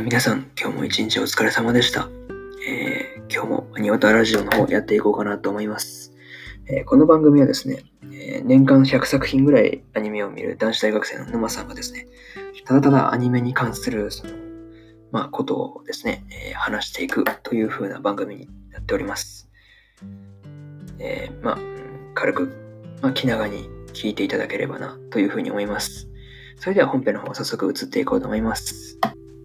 皆さん、今日も一日お疲れ様でした。今日もアニオタラジオの方やっていこうかなと思います。この番組はですね、年間100作品ぐらいアニメを見る男子大学生の沼さんがですね、ただただアニメに関することをですね、話していくという風な番組になっております。軽く、気長に聞いていただければなという風に思います。それでは本編の方早速移っていこうと思います。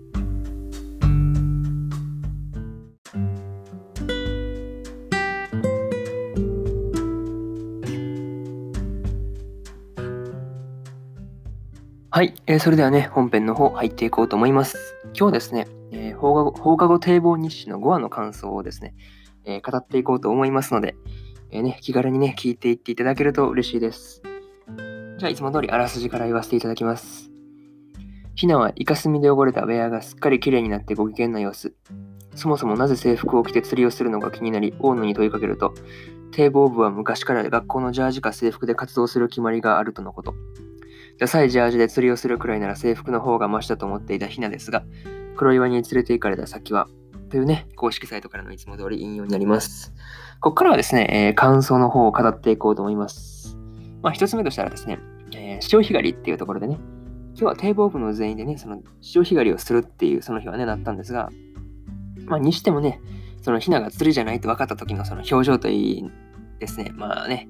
はい、それではね、本編の方入っていこうと思います。今日はですね、放課後堤防日誌の5話の感想をですね、語っていこうと思いますので、気軽にね、聞いていっていただけると嬉しいです。じゃあ、いつも通りあらすじから言わせていただきます。ひなはイカスミで汚れたウェアがすっかり綺麗になってご機嫌な様子。そもそもなぜ制服を着て釣りをするのか気になり、大野に問いかけると、堤防部は昔から学校のジャージか制服で活動する決まりがあるとのこと。ダサいジャージで釣りをするくらいなら制服の方がマシだと思っていたひなですが、黒岩に連れて行かれた先は、というね、公式サイトからのいつも通り引用になります。ここからはですね、感想の方を語っていこうと思います。一つ目としたらですね、潮干狩りっていうところでね、今日は堤防部の全員でね、その潮干狩りをするっていうその日はね、なったんですが、にしてもね、そのひなが釣りじゃないと分かった時のその表情といいですね、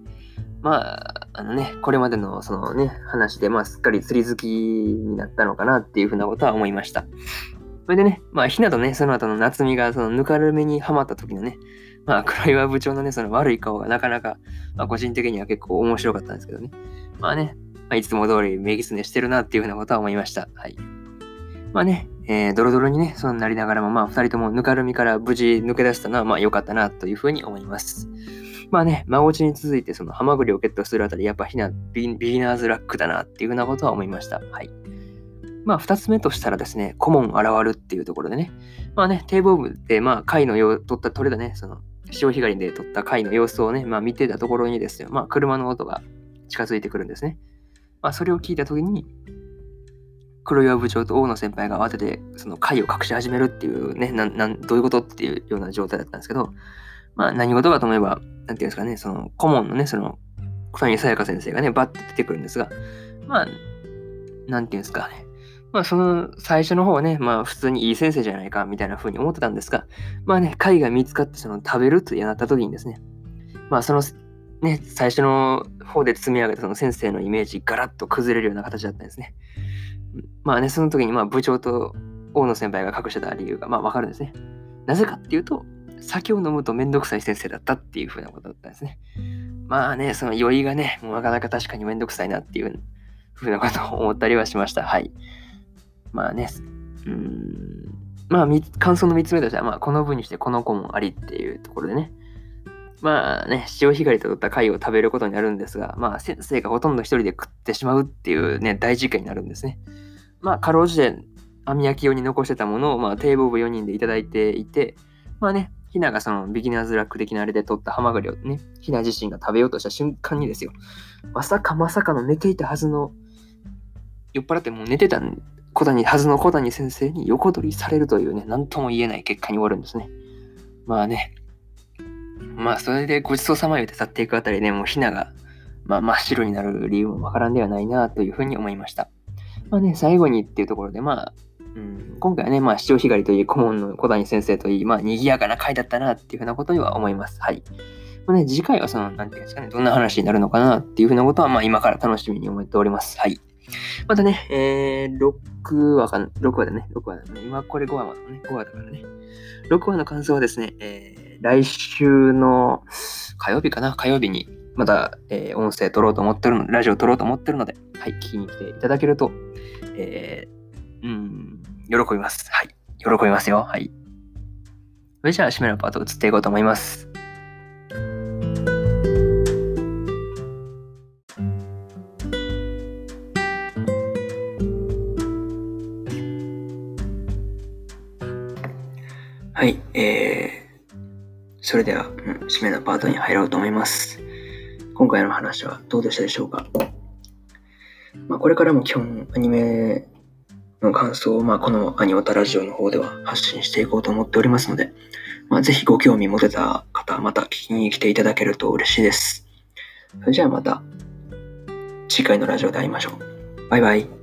これまでのそのね、話で、すっかり釣り好きになったのかなっていうふうなことは思いました。それでね、ひなとね、その後の夏美がそのぬかるめにはまった時のね、黒岩部長のね、その悪い顔がなかなか、個人的には結構面白かったんですけどね。いつも通り目狐してるなっていうふうなことは思いました。はい。ドロドロにね、そうなりながらも、二人ともぬかるみから無事抜け出したのは、良かったなというふうに思います。孫落ちに続いてそのハマグリをゲットするあたり、やっぱひなビギナーズラックだなっていうふうなことは思いました。はい。二つ目としたらですね、顧問現るっていうところでね、堤防部で、貝の取れたね、その潮干狩りで取った貝の様子をね、見てたところにですよ、車の音が近づいてくるんですね。それを聞いたときに、黒岩部長と大野先輩が慌ててその貝を隠し始めるっていうね、どういうことっていうような状態だったんですけど、何事かと思えば、なんていうんですかね、その顧問のね、その小谷さやか先生がね、バッて出てくるんですが、なんていうんですかね、その最初の方はね、普通にいい先生じゃないかみたいな風に思ってたんですが、貝が見つかってその食べるとなった時にですね、そのね、最初の方で積み上げたその先生のイメージガラッと崩れるような形だったんですね。その時に部長と大野先輩が隠してた理由がわかるんですね。なぜかっていうと、酒を飲むとめんどくさい先生だったっていう風なことだったんですね。その酔いがね、もうなかなか確かにめんどくさいなっていう風なことを思ったりはしました。はい。感想の3つ目としては、この分にしてこの顧問ありっていうところでね、潮干狩りと取った貝を食べることになるんですが、先生がほとんど一人で食ってしまうっていうね、大事件になるんですね。かろうじて網焼き用に残してたものを、堤防部4人でいただいていて、ひながそのビギナーズラック的なあれで取ったハマグリをね、ひな自身が食べようとした瞬間にですよ、まさかの寝ていたはずの、酔っ払ってもう寝てたはずの小谷先生に横取りされるというね、なんとも言えない結果に終わるんですね。それでごちそうさま言うて去っていくあたりでもうひなが、真っ白になる理由もわからんではないなというふうに思いました。最後にっていうところで、今回はね、潮干狩りといい、顧問の小谷先生といい、賑やかな回だったなっていうふうなことには思います。はい。次回はなんていうんですかね、どんな話になるのかなっていうふうなことは、今から楽しみに思っております。はい。またね、6話だね。今これ5話までね、5話だからね。6話の感想はですね、来週の火曜日にまた、音声撮ろうと思ってるので、ラジオ撮ろうと思ってるので、はい、聞きに来ていただけると、喜びます。はい。喜びますよ。はい。それじゃあ、締めのパート移っていこうと思います。はい。それでは、締めのパートに入ろうと思います。今回の話はどうでしたでしょうか。これからも基本アニメの感想を、このアニオタラジオの方では発信していこうと思っておりますので、ぜひご興味持てた方、また聞きに来ていただけると嬉しいです。それじゃあまた次回のラジオで会いましょう。バイバイ。